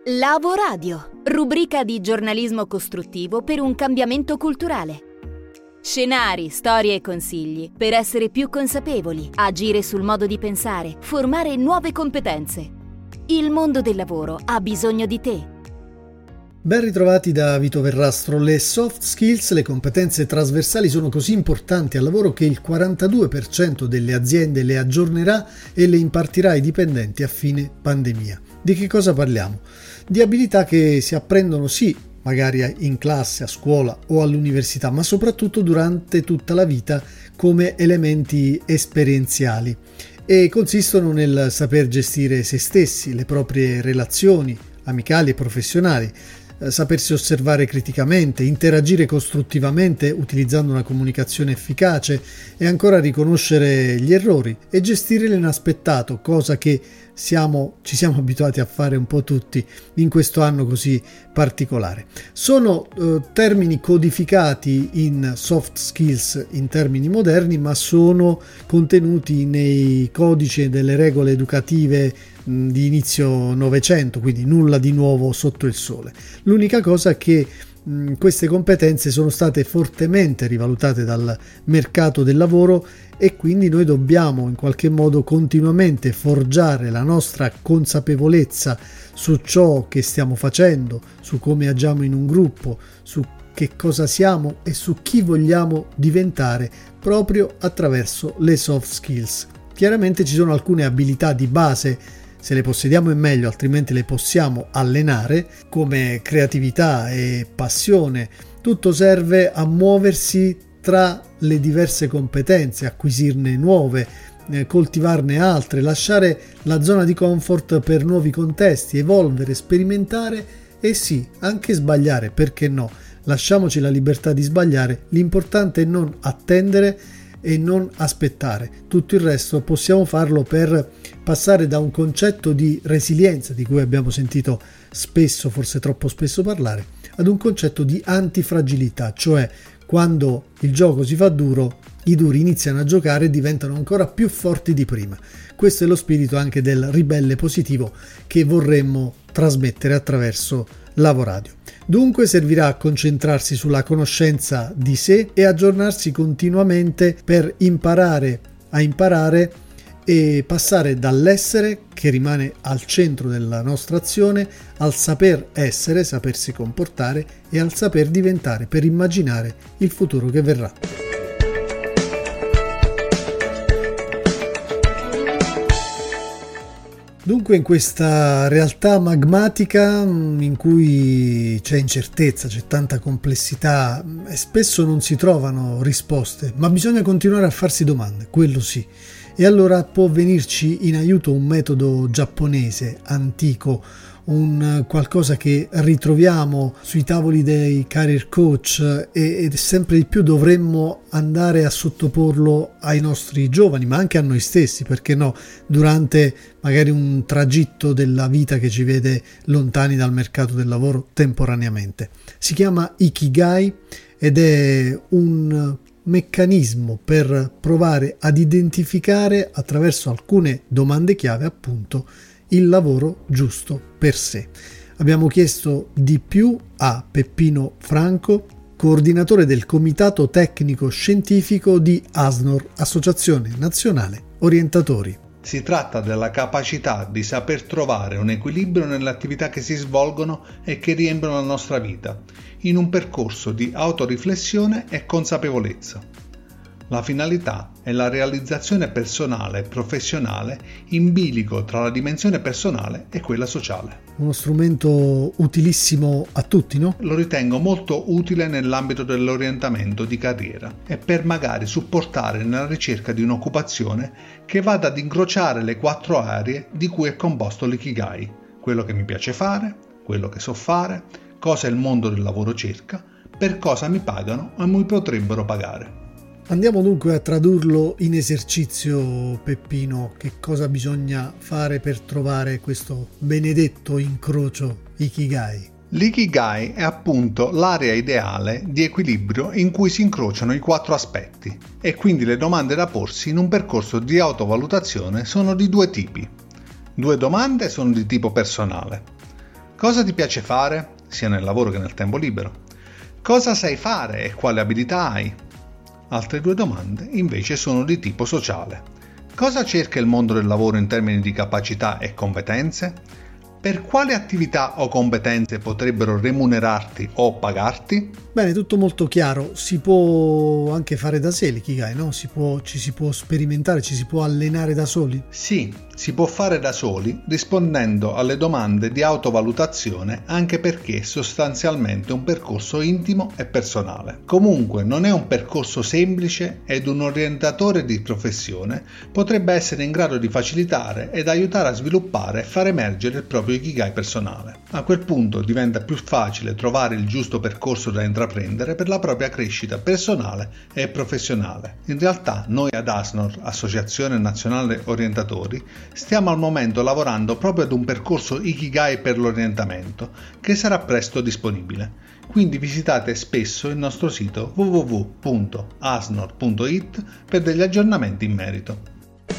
Lavoradio, rubrica di giornalismo costruttivo per un cambiamento culturale. Scenari, storie e consigli per essere più consapevoli, agire sul modo di pensare, formare nuove competenze. Il mondo del lavoro ha bisogno di te. Ben ritrovati da Vito Verrastro. Le soft skills, le competenze trasversali sono così importanti al lavoro che il 42% delle aziende le aggiornerà e le impartirà ai dipendenti a fine pandemia. Di che cosa parliamo? Di abilità che si apprendono sì, magari in classe, a scuola o all'università, ma soprattutto durante tutta la vita come elementi esperienziali e consistono nel saper gestire se stessi, le proprie relazioni amicali e professionali, sapersi osservare criticamente, interagire costruttivamente utilizzando una comunicazione efficace e ancora riconoscere gli errori e gestire l'inaspettato, cosa che ci siamo abituati a fare un po' tutti in questo anno così particolare. Sono termini codificati in soft skills in termini moderni, ma sono contenuti nei codici delle regole educative di inizio Novecento, quindi nulla di nuovo sotto il sole. L'unica cosa è che queste competenze sono state fortemente rivalutate dal mercato del lavoro e quindi noi dobbiamo in qualche modo continuamente forgiare la nostra consapevolezza su ciò che stiamo facendo, su come agiamo in un gruppo, su che cosa siamo e su chi vogliamo diventare proprio attraverso le soft skills. Chiaramente ci sono alcune abilità di base, se le possediamo è meglio, altrimenti le possiamo allenare, come creatività e passione. Tutto serve a muoversi tra le diverse competenze, acquisirne nuove, coltivarne altre, lasciare la zona di comfort per nuovi contesti, evolvere, sperimentare e sì, anche sbagliare, perché no? Lasciamoci la libertà di sbagliare, l'importante è non attendere e non aspettare. Tutto il resto possiamo farlo per passare da un concetto di resilienza, di cui abbiamo sentito spesso, forse troppo spesso parlare, ad un concetto di antifragilità, cioè quando il gioco si fa duro, i duri iniziano a giocare e diventano ancora più forti di prima. Questo è lo spirito anche del ribelle positivo che vorremmo trasmettere attraverso Lavoradio. Dunque servirà a concentrarsi sulla conoscenza di sé e aggiornarsi continuamente per imparare a imparare e passare dall'essere, che rimane al centro della nostra azione, al saper essere, sapersi comportare e al saper diventare per immaginare il futuro che verrà. Dunque in questa realtà magmatica in cui c'è incertezza, c'è tanta complessità e spesso non si trovano risposte, ma bisogna continuare a farsi domande, quello sì. E allora può venirci in aiuto un metodo giapponese, antico, un qualcosa che ritroviamo sui tavoli dei career coach e sempre di più dovremmo andare a sottoporlo ai nostri giovani, ma anche a noi stessi, perché no, durante magari un tragitto della vita che ci vede lontani dal mercato del lavoro temporaneamente. Si chiama Ikigai ed è un meccanismo per provare ad identificare attraverso alcune domande chiave appunto il lavoro giusto per sé. Abbiamo chiesto di più a Peppino Franco, coordinatore del Comitato Tecnico Scientifico di ASNOR, Associazione Nazionale Orientatori. Si tratta della capacità di saper trovare un equilibrio nelle attività che si svolgono e che riempiono la nostra vita, in un percorso di autoriflessione e consapevolezza. La finalità è la realizzazione personale e professionale in bilico tra la dimensione personale e quella sociale. Uno strumento utilissimo a tutti, no? Lo ritengo molto utile nell'ambito dell'orientamento di carriera e per magari supportare nella ricerca di un'occupazione che vada ad incrociare le 4 aree di cui è composto l'Ikigai: quello che mi piace fare, quello che so fare, cosa il mondo del lavoro cerca, per cosa mi pagano o mi potrebbero pagare. Andiamo dunque a tradurlo in esercizio, Peppino. Che cosa bisogna fare per trovare questo benedetto incrocio Ikigai? L'ikigai è appunto l'area ideale di equilibrio in cui si incrociano i 4 aspetti e quindi le domande da porsi in un percorso di autovalutazione sono di 2 tipi. 2 domande sono di tipo personale. Cosa ti piace fare, sia nel lavoro che nel tempo libero? Cosa sai fare e quali abilità hai? Altre 2 domande invece sono di tipo sociale. Cosa cerca il mondo del lavoro in termini di capacità e competenze? Per quali attività o competenze potrebbero remunerarti o pagarti? Bene, tutto molto chiaro. Si può anche fare da sé l'ikigai, no? Ci si può sperimentare, ci si può allenare da soli? Sì, si può fare da soli rispondendo alle domande di autovalutazione, anche perché è sostanzialmente un percorso intimo e personale. Comunque non è un percorso semplice ed un orientatore di professione potrebbe essere in grado di facilitare ed aiutare a sviluppare e far emergere il proprio ikigai personale. A quel punto diventa più facile trovare il giusto percorso da intraprendere per la propria crescita personale e professionale. In realtà noi ad ASNOR, Associazione Nazionale Orientatori, stiamo al momento lavorando proprio ad un percorso Ikigai per l'orientamento che sarà presto disponibile. Quindi visitate spesso il nostro sito www.asnor.it per degli aggiornamenti in merito.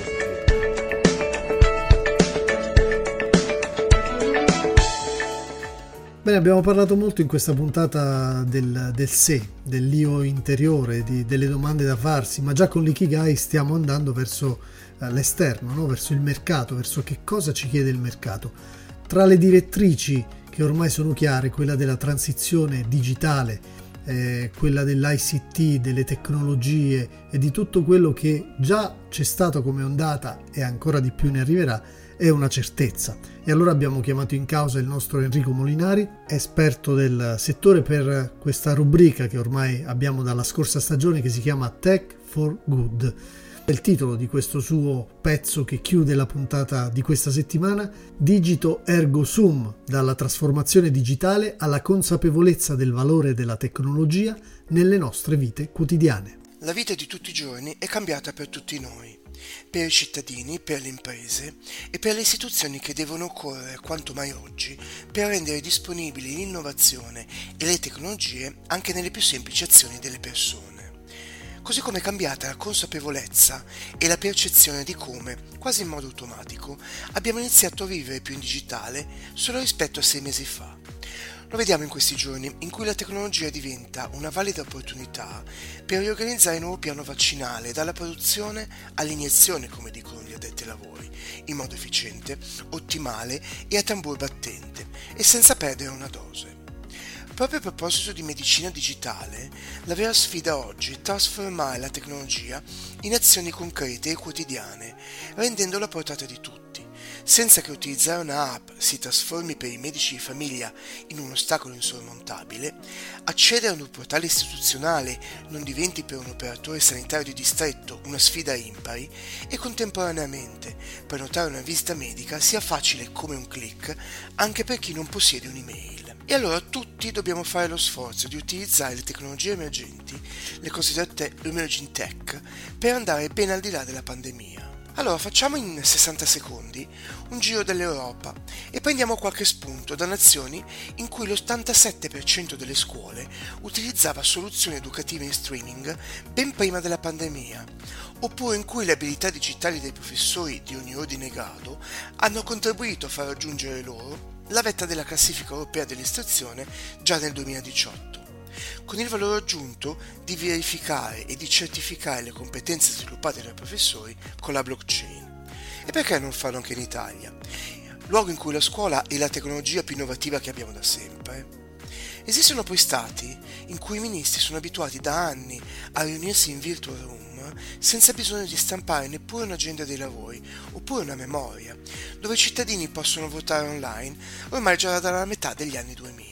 Bene, abbiamo parlato molto in questa puntata del sé, dell'io interiore, delle domande da farsi, ma già con l'ikigai stiamo andando verso l'esterno, no? Verso il mercato, verso che cosa ci chiede il mercato. Tra le direttrici che ormai sono chiare, quella della transizione digitale, quella dell'ICT, delle tecnologie e di tutto quello che già c'è stato come ondata e ancora di più ne arriverà, è una certezza. E allora abbiamo chiamato in causa il nostro Enrico Molinari, esperto del settore, per questa rubrica che ormai abbiamo dalla scorsa stagione, che si chiama Tech for Good. Il titolo di questo suo pezzo che chiude la puntata di questa settimana: Digito Ergo Sum, dalla trasformazione digitale alla consapevolezza del valore della tecnologia nelle nostre vite quotidiane. La vita di tutti i giorni è cambiata per tutti noi, per i cittadini, per le imprese e per le istituzioni che devono correre quanto mai oggi per rendere disponibili l'innovazione e le tecnologie anche nelle più semplici azioni delle persone. Così come è cambiata la consapevolezza e la percezione di come, quasi in modo automatico, abbiamo iniziato a vivere più in digitale solo rispetto a 6 mesi fa. Lo vediamo in questi giorni in cui la tecnologia diventa una valida opportunità per riorganizzare il nuovo piano vaccinale dalla produzione all'iniezione, come dicono gli addetti ai lavori, in modo efficiente, ottimale e a tambur battente e senza perdere una dose. Proprio a proposito di medicina digitale, la vera sfida oggi è trasformare la tecnologia in azioni concrete e quotidiane, rendendola a portata di tutti, senza che utilizzare una app si trasformi per i medici di famiglia in un ostacolo insormontabile, accedere ad un portale istituzionale non diventi per un operatore sanitario di distretto una sfida impari e contemporaneamente prenotare una visita medica sia facile come un click anche per chi non possiede un'email. E allora tutti dobbiamo fare lo sforzo di utilizzare le tecnologie emergenti, le cosiddette emerging tech, per andare ben al di là della pandemia. Allora facciamo in 60 secondi un giro dell'Europa e prendiamo qualche spunto da nazioni in cui l'87% delle scuole utilizzava soluzioni educative in streaming ben prima della pandemia, oppure in cui le abilità digitali dei professori di ogni ordine e grado hanno contribuito a far raggiungere loro la vetta della classifica europea dell'istruzione già nel 2018, con il valore aggiunto di verificare e di certificare le competenze sviluppate dai professori con la blockchain. E perché non farlo anche in Italia, luogo in cui la scuola è la tecnologia più innovativa che abbiamo da sempre? Esistono poi stati in cui i ministri sono abituati da anni a riunirsi in virtual room senza bisogno di stampare neppure un'agenda dei lavori oppure una memoria, dove i cittadini possono votare online ormai già dalla metà degli anni 2000.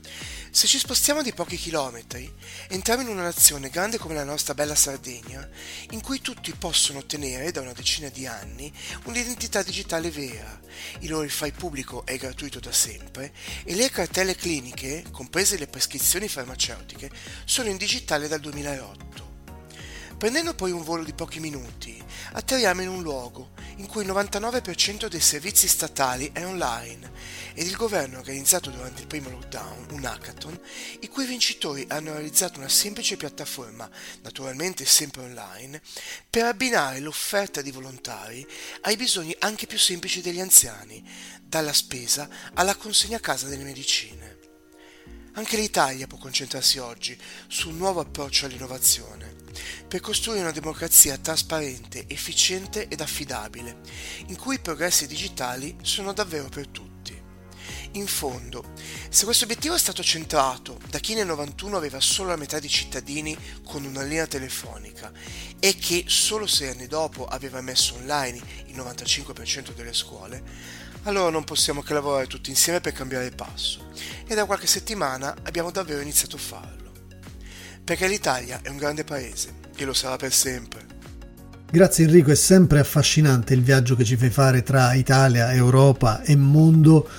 Se ci spostiamo di pochi chilometri, entriamo in una nazione grande come la nostra bella Sardegna, in cui tutti possono ottenere da una decina di anni un'identità digitale vera, il loro Wi-Fi pubblico è gratuito da sempre e le cartelle cliniche, comprese le prescrizioni farmaceutiche, sono in digitale dal 2008. Prendendo poi un volo di pochi minuti, atterriamo in un luogo in cui il 99% dei servizi statali è online ed il governo ha organizzato durante il primo lockdown un hackathon i cui vincitori hanno realizzato una semplice piattaforma, naturalmente sempre online, per abbinare l'offerta di volontari ai bisogni anche più semplici degli anziani, dalla spesa alla consegna a casa delle medicine. Anche l'Italia può concentrarsi oggi su un nuovo approccio all'innovazione, per costruire una democrazia trasparente, efficiente ed affidabile, in cui i progressi digitali sono davvero per tutti. In fondo, se questo obiettivo è stato centrato da chi nel 91 aveva solo la metà dei cittadini con una linea telefonica e che solo 6 anni dopo aveva messo online il 95% delle scuole, allora non possiamo che lavorare tutti insieme per cambiare il passo e da qualche settimana abbiamo davvero iniziato a farlo. Perché l'Italia è un grande paese e lo sarà per sempre. Grazie Enrico, è sempre affascinante il viaggio che ci fai fare tra Italia, Europa e mondo,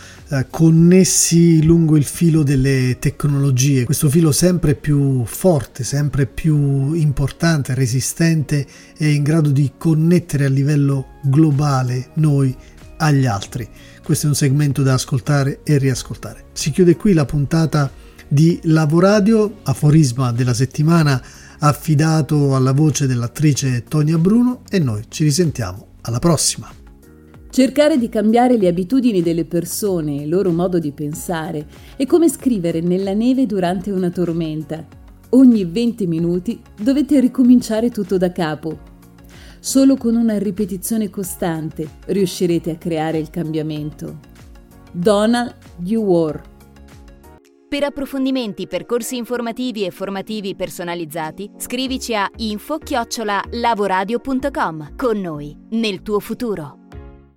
connessi lungo il filo delle tecnologie, questo filo sempre più forte, sempre più importante, resistente e in grado di connettere a livello globale noi agli altri. Questo è un segmento da ascoltare e riascoltare. Si chiude qui la puntata di Lavoradio, aforisma della settimana affidato alla voce dell'attrice Tonia Bruno, e noi ci risentiamo alla prossima. Cercare di cambiare le abitudini delle persone e il loro modo di pensare è come scrivere nella neve durante una tormenta. Ogni 20 minuti dovete ricominciare tutto da capo. Solo con una ripetizione costante riuscirete a creare il cambiamento. Donald Dewar. Per approfondimenti, percorsi informativi e formativi personalizzati, scrivici a info@lavoradio.com. Con noi, nel tuo futuro.